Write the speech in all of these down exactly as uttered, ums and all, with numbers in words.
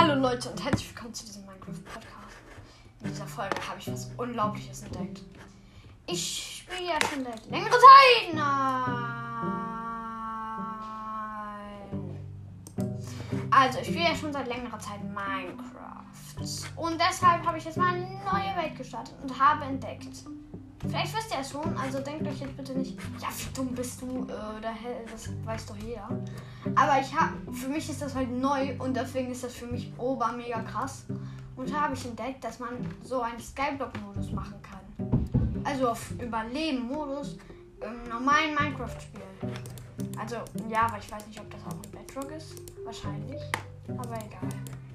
Hallo Leute und herzlich willkommen zu diesem Minecraft-Podcast. In dieser Folge habe ich was Unglaubliches entdeckt. Ich spiele ja schon seit längerer Zeit. Nein. Also, ich spiele ja schon seit längerer Zeit Minecraft. Und deshalb habe ich jetzt mal eine neue Welt gestartet und habe entdeckt. Vielleicht wisst ihr es schon, also denkt euch jetzt bitte nicht, ja, wie dumm bist du, äh, das weiß doch jeder. Aber ich habe, für mich ist das halt neu und deswegen ist das für mich ober mega krass. Und da habe ich entdeckt, dass man so einen Skyblock-Modus machen kann. Also auf Überleben-Modus im normalen Minecraft-Spiel. Also, ja, aber ich weiß nicht, ob das auch ein Bedrock ist. Wahrscheinlich. Aber egal.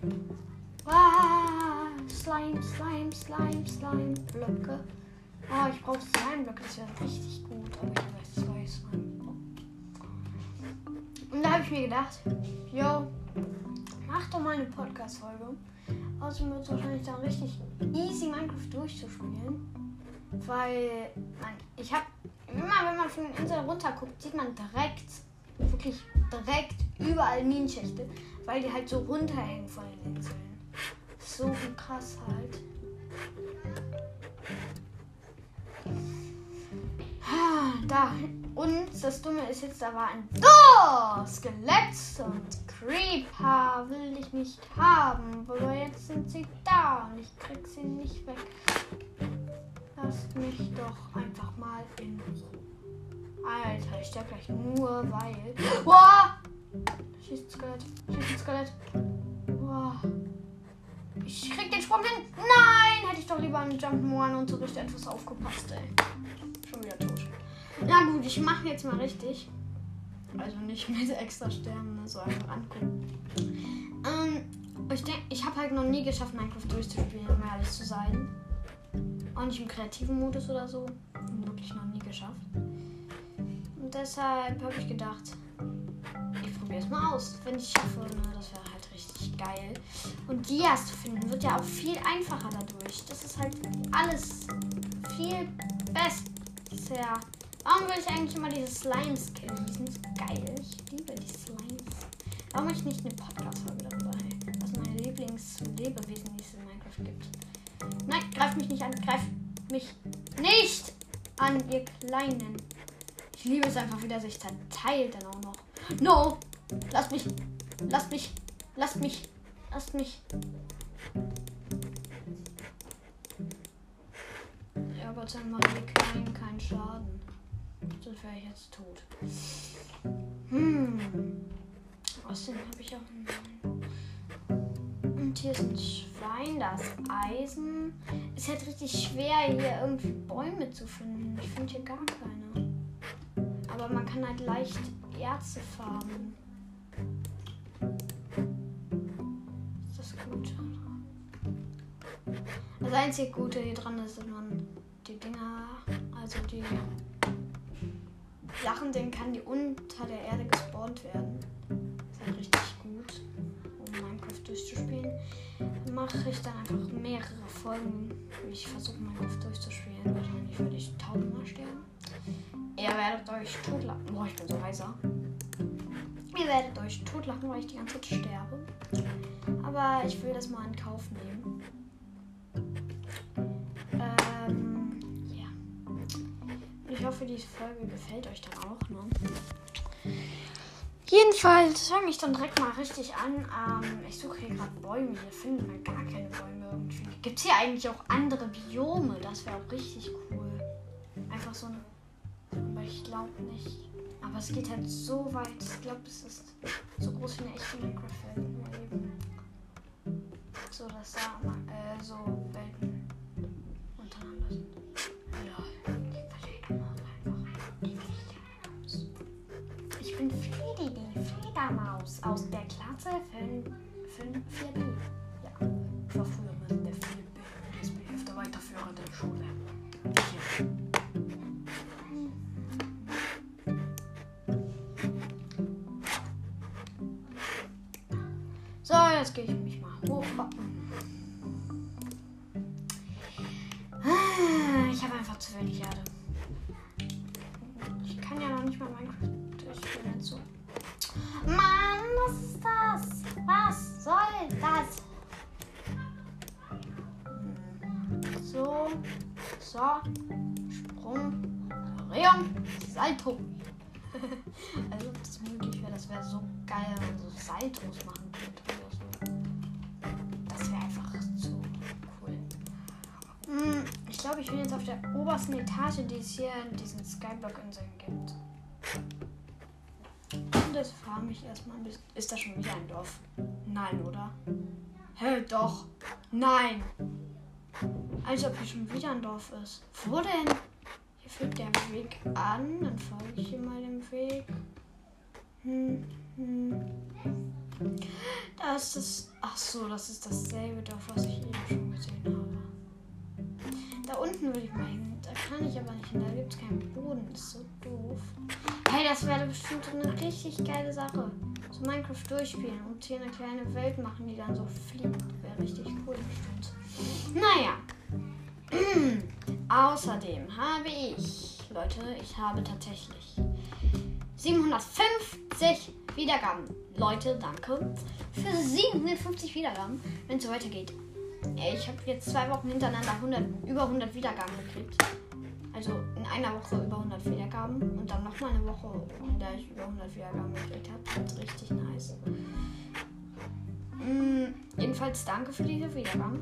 Ah, Slime, Slime, Slime, Slime, Blöcke. Oh, ich brauche Slime-Blöcke, das wäre richtig gut, aber ich habe jetzt zwei Slime. Und da habe ich mir gedacht, yo, mach doch mal eine Podcast-Folge. Außerdem wird es wahrscheinlich dann richtig easy Minecraft durchzuspielen. Weil, man, ich habe, immer wenn man von der Insel runterguckt, sieht man direkt, wirklich direkt überall Minenschächte, weil die halt so runterhängen von den Inseln. So krass halt. Da. Und das Dumme ist jetzt, da war ein oh, Skelett und Creeper will ich nicht haben. Aber jetzt sind sie da und ich krieg sie nicht weg. Lasst mich doch einfach mal in Ruhe. Alter, ich sterbe gleich nur, weil... Boah! Schießt ein Skelett. Schießt ein Skelett. Boah. Ich krieg den Sprung hin. Nein! Hätte ich doch lieber im Jump'n'Run-Unterricht etwas aufgepasst, ey. Schon wieder tot. Na gut, ich mache jetzt mal richtig. Also nicht mit extra Sternen, so einfach angucken. Ähm, ich denke, ich habe halt noch nie geschafft, Minecraft durchzuspielen, um ehrlich zu sein. Auch nicht im kreativen Modus oder so. Wirklich noch nie geschafft. Und deshalb habe ich gedacht, ich probiere es mal aus. Wenn ich es schaffe, ne, das wäre halt richtig geil. Und Dias zu finden wird ja auch viel einfacher dadurch. Das ist halt alles viel besser. Warum will ich eigentlich immer diese Slimes killen? Die sind so geil. Ich liebe die Slimes. Warum mache ich nicht eine Podcast-Folge darüber? Was meine Lieblingslebewesen, die es in Minecraft gibt. Nein, greift mich nicht an. Greift mich nicht an, ihr Kleinen. Ich liebe es einfach, wie der sich zerteilt dann auch noch. No! Lasst mich! Lasst mich! Lasst mich! Lasst mich! Ja, Gott sei Dank machen die Kleinen keinen Schaden. Sonst wäre ich jetzt tot. Hm. Außerdem habe ich auch einen. Und hier ist ein Schwein, da ist Eisen. Es ist halt richtig schwer, hier irgendwie Bäume zu finden. Ich finde hier gar keine. Aber man kann halt leicht Erze farmen. Ist das gut? Das einzige Gute hier dran ist, dass man die Dinger, also die Sachen, denen kann die unter der Erde gespawnt werden. Das ist halt richtig gut, um Minecraft durchzuspielen. Dann mache ich dann einfach mehrere Folgen, wie ich versuche Minecraft durchzuspielen. Wahrscheinlich würde ich tausendmal sterben. Ihr werdet euch totlachen. Boah, ich bin so heiser. Ihr werdet euch totlachen, weil ich die ganze Zeit sterbe. Aber ich will das mal in Kauf nehmen. Ähm, ja. Ich hoffe, die Folge gefällt euch dann auch, ne? Jedenfalls fange ich dann direkt mal richtig an. Ähm, ich suche hier gerade Bäume. Hier finden wir gar keine Bäume irgendwie. Gibt es hier eigentlich auch andere Biome? Das wäre auch richtig cool. Einfach so ein... Aber ich glaube nicht. Aber es geht halt so weit. Ich glaube, es ist so groß wie eine echte Minecraft-Welt. So, dass da äh, so Welten untereinander sind. Ja, ich bin Friedi, die Fledermaus aus der Klasse vier B. Ja, ich war früher mal in der vier B. Jetzt bin ich auf der weiterführenden Schule. Hier. So, jetzt gehe ich mich mal hochbacken. Ich habe einfach zu wenig Erde. Ich kann ja noch nicht mal Minecraft durchspielen. So. Mann, was ist das? Was soll das So. So. Sprung. Drehung. Salto. Also ob das möglich wäre, das wäre so geil, wenn man so Saltos machen könnte oder so. Das wäre einfach zu cool. Ich glaube, ich bin jetzt auf der obersten Etage, die es hier in diesen Skyblock-Inseln gibt. Und das frage mich erstmal ein bisschen. Ist das schon wieder ein Dorf? Nein, oder? Hä, doch. Nein. Als ob hier schon wieder ein Dorf ist. Wo denn? Hier führt der Weg an. Dann folge ich hier mal dem Weg. Hm, hm. Da ist das. Ach so, das ist dasselbe Dorf, was ich eben schon gesehen habe. Da unten will ich mal hin. Da kann ich aber nicht hin. Da gibt es keinen Boden. Das ist so doof. Hey, das wäre bestimmt eine richtig geile Sache. So Minecraft durchspielen und hier eine kleine Welt machen, die dann so fliegt. Wäre richtig cool bestimmt. Naja. Außerdem habe ich, Leute, ich habe tatsächlich siebenhundertfünfzig Wiedergaben. Leute, danke für siebenhundertfünfzig Wiedergaben, wenn es so weitergeht. Ich habe jetzt zwei Wochen hintereinander hundert, über hundert Wiedergaben gekriegt. Also in einer Woche über hundert Wiedergaben und dann nochmal eine Woche, in der ich über hundert Wiedergaben gekriegt habe. Das ist richtig nice. Mm, jedenfalls danke für diese Wiedergaben.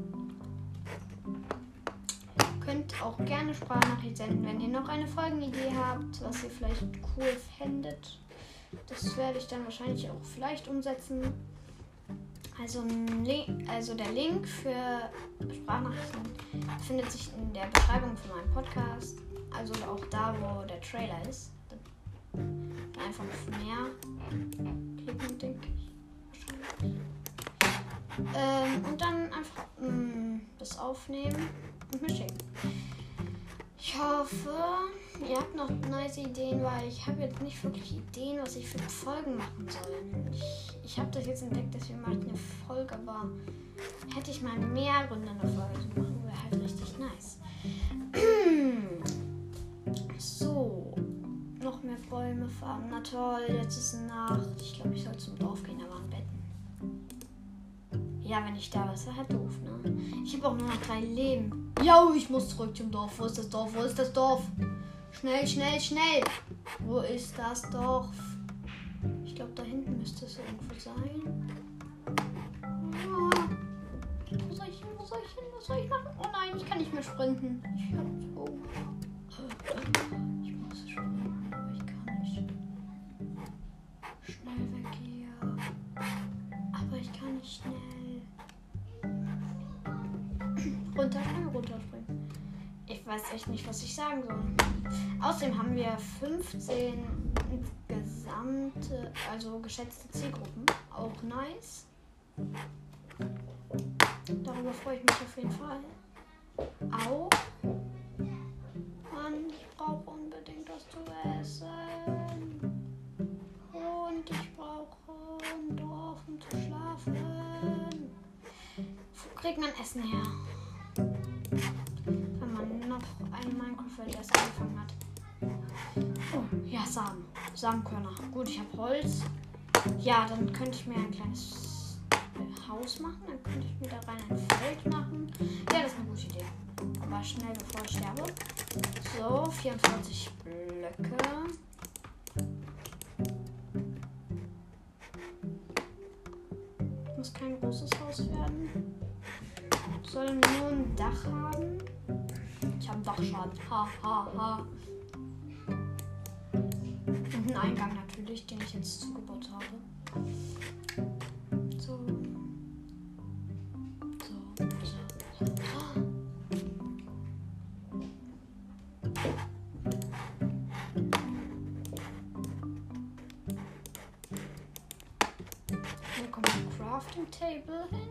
Könnt auch gerne Sprachnachricht senden, wenn ihr noch eine Folgenidee habt, was ihr vielleicht cool fändet. Das werde ich dann wahrscheinlich auch vielleicht umsetzen. Also, also der Link für Sprachnachrichten findet sich in der Beschreibung von meinem Podcast. Also auch da, wo der Trailer ist. Da einfach auf mehr klicken, denke ich. Wahrscheinlich. Ähm, und dann einfach mh, das aufnehmen und mir schicken. Ich hoffe, ihr habt noch nice Ideen, weil ich habe jetzt nicht wirklich Ideen, was ich für Folgen machen soll. Ich, ich habe das jetzt entdeckt, deswegen mache ich eine Folge, aber hätte ich mal mehr Gründe, eine Folge zu machen, wäre halt richtig nice. So, noch mehr Bäume farben. Na toll, jetzt ist Nacht. Ich glaube, ich soll zum Dorf gehen, aber an Betten. Ja, wenn ich da was, wäre halt doof, ne? Ich habe auch nur noch drei Leben. Jo, ich muss zurück zum Dorf. Wo ist das Dorf? Wo ist das Dorf? Schnell, schnell, schnell. Wo ist das Dorf? Ich glaube, da hinten müsste es irgendwo sein. Ah, wo soll ich hin? Wo soll ich hin? Was soll ich machen? Oh nein, ich kann nicht mehr sprinten. Ich hab so. Ich muss sprinten, aber ich kann nicht. Schnell weg hier. Aber ich kann nicht schnell. Runterspringen, runterspringen. Ich weiß echt nicht, was ich sagen soll. Außerdem haben wir fünfzehn gesamte, also geschätzte Zielgruppen. Auch nice. Darüber freue ich mich auf jeden Fall. Auch. Mann, ich brauche unbedingt was zu essen. Und ich brauche ein Dorf, um zu schlafen. Wo kriegt man Essen her? Wenn man noch eine Minecraft-Welt erst angefangen hat. Oh, ja, Samen. Samenkörner. Gut, ich habe Holz. Ja, dann könnte ich mir ein kleines Haus machen. Dann könnte ich mir da rein ein Feld machen. Ja, das ist eine gute Idee. Aber schnell, bevor ich sterbe. So, vierundvierzig Blöcke. Muss kein großes Haus werden. Soll nur ein Dach haben. Ich habe Dachschaden. Ha, ha, ha. Und einen Eingang natürlich, den ich jetzt zugebaut habe. So. So, so, so. Hier kommt ein Crafting Table hin.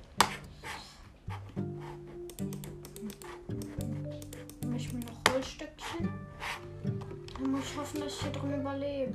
Ich will noch Holzstückchen. Dann muss ich hoffen, dass ich hier drin überlebe.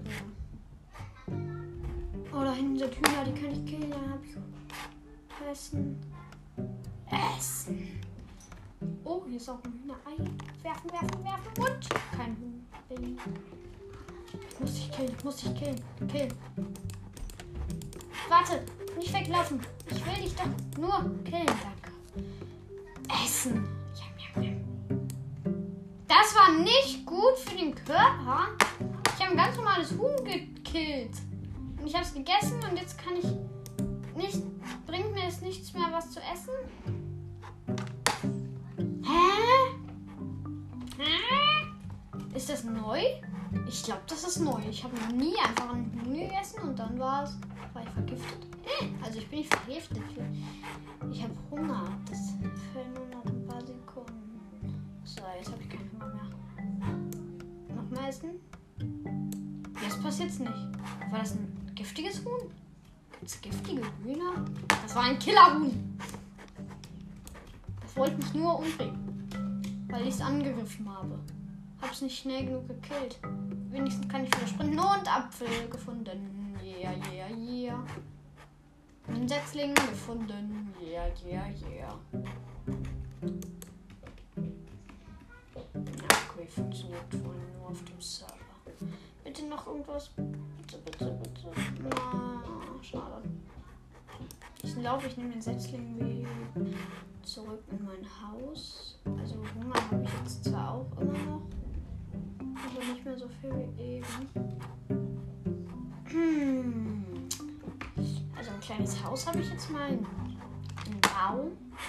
Oh, da hinten sind Hühner, die kann ich killen. Da hab ich Essen. Essen. Oh, hier ist auch ein Hühnerei. Werfen, werfen, werfen und kein Huhn. Muss ich killen, muss ich killen. Killen. Warte, nicht weglaufen. Ich will dich doch nur killen, danke. Essen. war nicht gut für den Körper. Ich habe ein ganz normales Huhn gekillt. Und ich habe es gegessen und jetzt kann ich nicht... Bringt mir es nichts mehr, was zu essen? Hä? Hä? Ist das neu? Ich glaube, das ist neu. Ich habe noch nie einfach ein Huhn gegessen und dann war es... War ich vergiftet? Also ich bin nicht vergiftet. Ich habe Hunger. Das fällt nur noch ein paar Sekunden. So, jetzt habe ich keinen Hunger mehr. Noch mal essen? Jetzt passiert's nicht. War das ein giftiges Huhn? Gibt's giftige Hühner? Das war ein Killerhuhn. Das wollte mich nur umbringen, weil ich es angegriffen habe. Hab's nicht schnell genug gekillt. Wenigstens kann ich wieder sprinten und Apfel gefunden. Yeah, yeah, yeah. Ein Setzling gefunden. Yeah, yeah, yeah. Ja, okay, funktioniert wohl nur auf dem Server. Bitte noch irgendwas? Bitte, bitte, bitte. Na, schade. Ich glaube, ich nehme den Setzling wie zurück in mein Haus. Also Hunger habe ich jetzt zwar auch immer noch, aber nicht mehr so viel wie eben. Hm. Also ein kleines Haus habe ich jetzt mal. Einen Baum.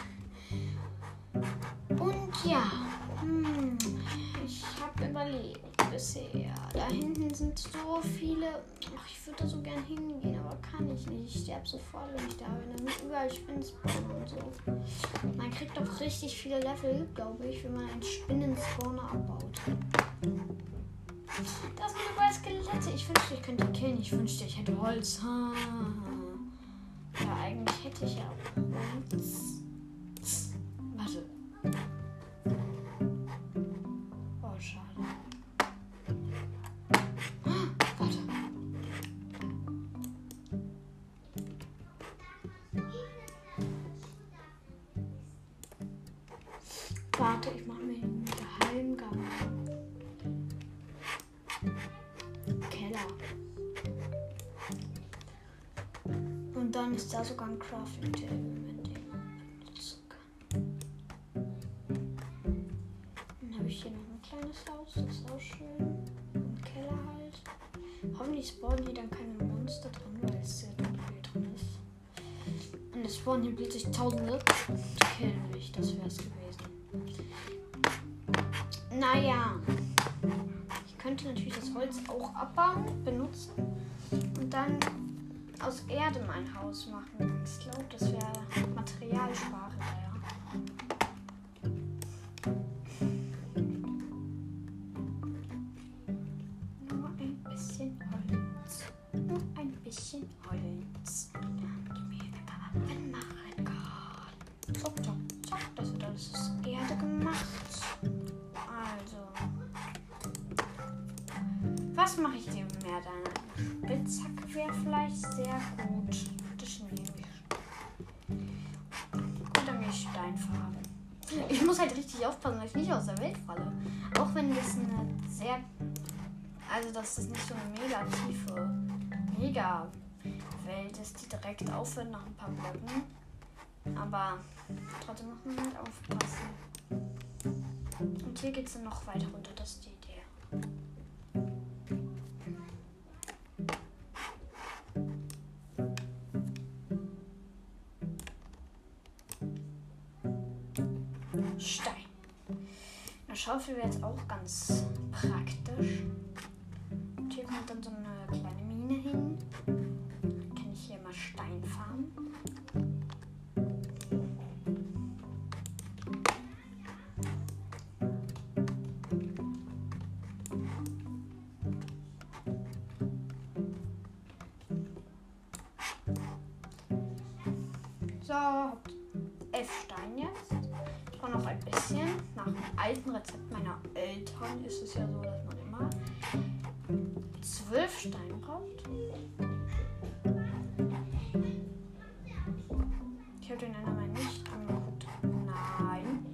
Und ja, hm, ich habe überlegt bisher. Da hinten sind so viele. Ach, ich würde da so gern hingehen, aber kann ich nicht. Ich sterbe sofort, wenn ich da bin. Dann sind überall Spinnenspawner und so. Man kriegt doch richtig viele Level, glaube ich, wenn man einen Spinnenspawner abbaut. Das sind überall Skelette. Ich wünschte, ich könnte die killen. Ich wünschte, ich hätte Holz. Ha. Ja, eigentlich hätte ich ja auch Holz. Warte. Oh, schade. Warte. Warte, ich mache mir einen Geheimgang. Keller. Und dann ist da sogar ein Crafting Table, mit dem man benutzen kann. Dann habe ich hier noch ein kleines Haus, das ist auch schön. Ein Keller halt. Hoffentlich spawnen hier dann keine Monster drin, weil es sehr dunkel drin ist. Und es spawnen hier plötzlich Tausende. Die killen mich, das wäre es gewesen. Naja. Ich könnte natürlich das Holz auch abbauen, benutzen und dann aus Erde mein Haus machen. Ich glaube, das wäre Materialsparender, ja. Nur ein bisschen Holz. Nur ein bisschen Holz. Die mir machen kann. Zack, zack, zack. Das wird alles aus Erde gemacht. Also. Was mache ich dem mehr dann? Eine Spitzhacke wäre vielleicht sehr gut. Das nehme ich. Gut, dann gehe ich Steinfarben. Ich muss halt richtig aufpassen, dass ich nicht aus der Welt falle. Auch wenn das eine sehr... Also, dass das nicht so eine mega tiefe Mega-Welt ist, die direkt aufhört nach ein paar Blöcken. Aber trotzdem muss man halt aufpassen. Und hier geht es dann noch weiter runter, das ist die Idee. Stein. Eine Schaufel wäre jetzt auch ganz praktisch. Und hier kommt dann so eine kleine Mine hin. Dann kann ich hier mal Stein farmen. So, elf Stein jetzt. Ich brauche noch ein bisschen. Nach dem alten Rezept meiner Eltern ist es ja so, dass man immer zwölf Steine braucht. Ich habe den anderen mal nicht angeguckt. Nein.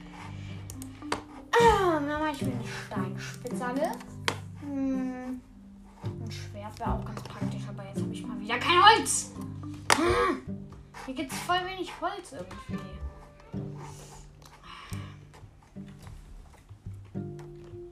Ah, dann mache ich mir eine Steinspitzhacke. Hm. Ein Schwert wäre auch ganz praktisch, aber jetzt habe ich mal wieder kein Holz. Hm. Hier gibt es voll wenig Holz irgendwie.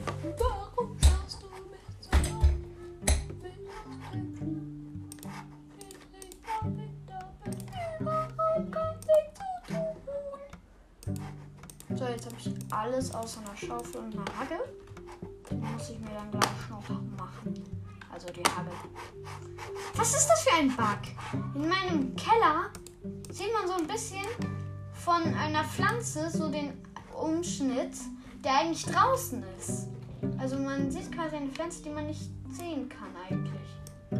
Warum schaust du mich so an? Will ich kämpfen? Ich habe damit überhaupt kein Ding zu tun. So, jetzt habe ich alles außer einer Schaufel und einer Hagel. Die muss ich mir dann gleich noch machen. Also die Hagel. Was ist das für ein Bug? In meinem Keller sieht man so ein bisschen von einer Pflanze so den Umschnitt, der eigentlich draußen ist. Also man sieht quasi eine Pflanze, die man nicht sehen kann eigentlich.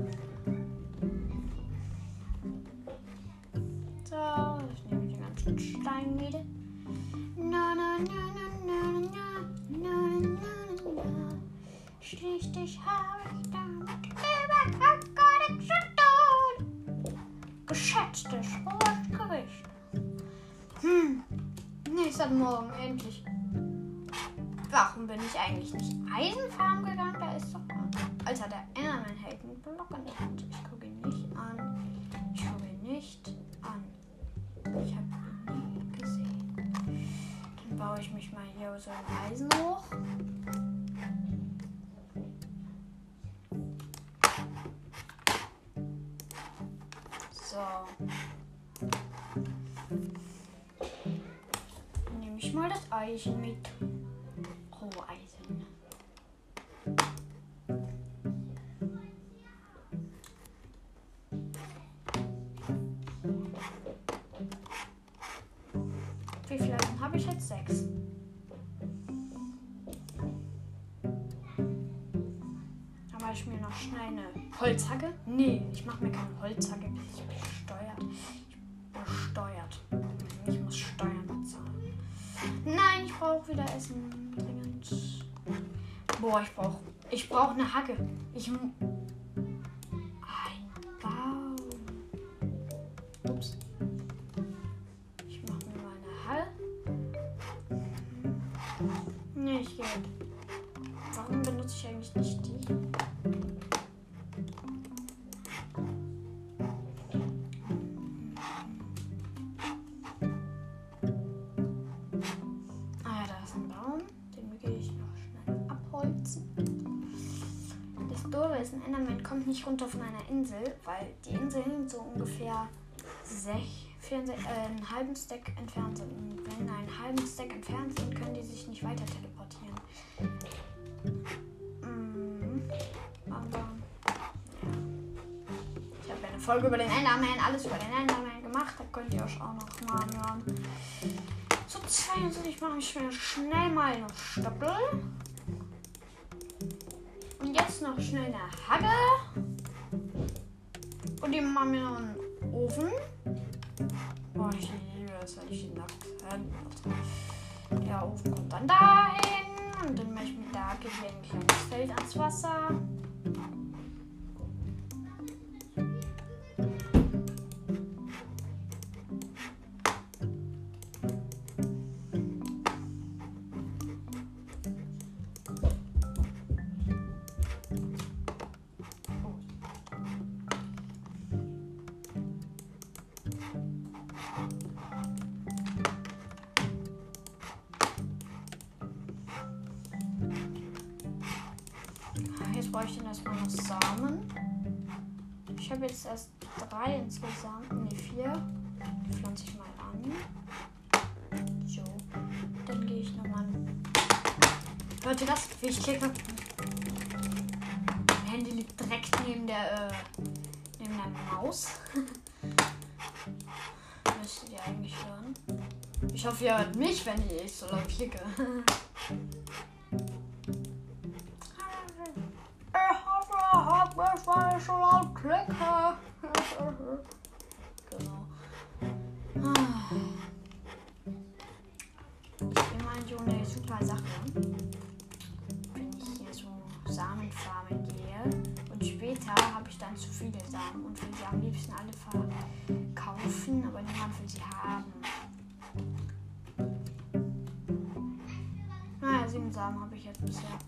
So, ich nehme den ganzen Stein wieder. Na, na, na, na, na, na, na, na, na. Schließlich habe ich damit überhaupt gar nichts zu tun. Geschätztes hohes Gericht. Hm, nächster Morgen, endlich. Warum bin ich eigentlich nicht Eisenfarm gegangen? Da ist doch... Alter, der Enderman hält einen Block in der Hand. Ich gucke ihn nicht an. Ich gucke ihn nicht an. Ich habe ihn nie gesehen. Dann baue ich mich mal hier so ein Eisen hoch. So. Dann nehme ich mal das Eisen mit. Roheisen. Wie viele Eisen habe ich jetzt? Sechs. Dann mache ich mir noch schnell eine Holzhacke. Nee, ich mache mir keine Holzhacke. Ich bin besteuert. Ich bin besteuert. Ich muss Steuern bezahlen. Nein, ich brauche wieder Essen. Dringend. Boah, ich brauche ich brauche eine Hacke. Ich... Ein Baum. Ups. Ich mache mir mal eine Hacke. Nee, ich gehe. Warum benutze ich eigentlich nicht die? Ein Enderman kommt nicht runter von einer Insel, weil die Inseln so ungefähr sech, vier, äh, einen halben Stack entfernt sind. Und wenn einen halben Stack entfernt sind, können die sich nicht weiter teleportieren. Mm, aber ja. Ich habe eine Folge über den Enderman, alles über den Enderman gemacht. Da könnt ihr euch auch noch mal anhören. So, zweiundzwanzig mache ich mir schnell mal eine Stoppel. Und jetzt noch schnell eine Hacke. Und die machen wir noch einen Ofen. Oh, ich liebe es, wenn ich die nackt habe. Der Ofen kommt dann dahin. Und dann mache ich mit der Hacke hier ein kleines Feld ans Wasser. Jetzt brauche ich dann erstmal noch Samen. Ich habe jetzt erst drei insgesamt, ne vier. Die pflanze ich mal an. So, dann gehe ich nochmal. Leute, das, wie ich klicke. Mein Handy liegt direkt neben der, äh, neben der Maus. Müsstet ihr eigentlich hören. Ich hoffe, ihr hört mich, wenn ich so laut klicke. Weil ich so laut klicke. Genau. Immer so eine super Sache, wenn ich hier so Samenfarmen gehe. Und später habe ich dann zu viele Samen und will sie am liebsten alle verkaufen, aber niemand will sie haben. Naja, sieben Samen habe ich jetzt bisher.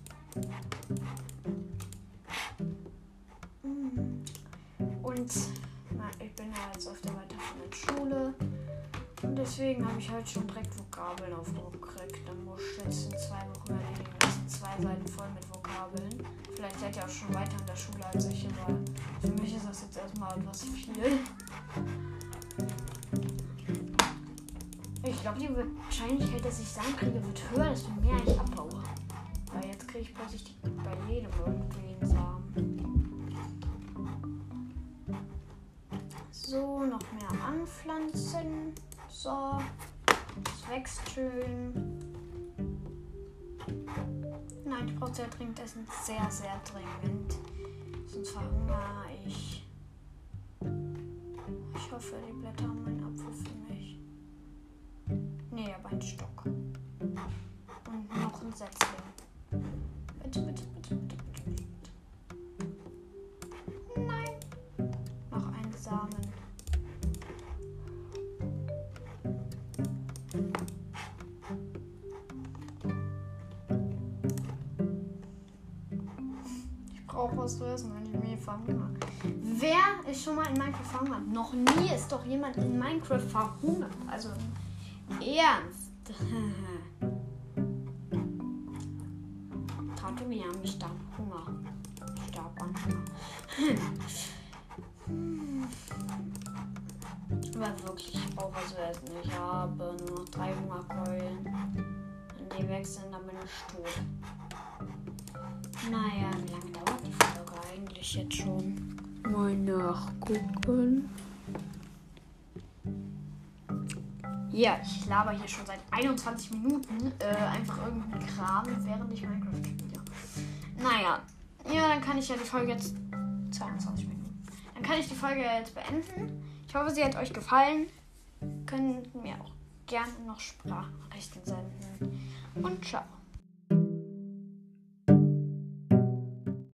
Und na, ich bin ja jetzt auf der weiterführenden Schule und deswegen habe ich halt schon direkt Vokabeln aufgekriegt. Dann muss ich jetzt in zwei Wochen erledigen. Das sind zwei zwei Seiten voll mit Vokabeln. Vielleicht seid ihr auch schon weiter in der Schule als ich, aber für mich ist das jetzt erstmal etwas viel. Ich glaube, die Wahrscheinlichkeit, dass ich Samen kriege, wird höher, desto mehr ich abbaue. Weil jetzt kriege ich plötzlich die, bei jedem irgendwie einen Samen. So, noch mehr anpflanzen. So, das wächst schön. Nein, ich brauche sehr dringend Essen. Sehr, sehr dringend. Sonst verhungere ich. Ich hoffe, die Blätter haben einen Apfel für mich. Nee, aber ein Stock. Und noch ein Setzling. Bitte, bitte, bitte, bitte, bitte, bitte. Nein. Noch ein Samen. Ich brauche was zu essen, wenn ich mich verhungere. Wer ist schon mal in Minecraft verhungert? Noch nie ist doch jemand in Minecraft verhungert. Also ernst. Tate mir an, ich starb Hunger. Ich starb an Hunger. Aber wirklich, ich brauche was zu essen. Ich habe nur noch drei Hungerkeulen. Wenn die weg sind, dann bin ich tot. Naja, wie lange dauert die Folge eigentlich jetzt schon? Mal nachgucken. Ja, ich laber hier schon seit einundzwanzig Minuten äh, einfach irgendeinen Kram, während ich Minecraft spiele. Naja, ja, dann kann ich ja die Folge jetzt... zweiundzwanzig Minuten. Dann kann ich die Folge jetzt beenden. Ich hoffe, sie hat euch gefallen. Könnt mir auch gerne noch Sprachnachrichten senden. Und ciao.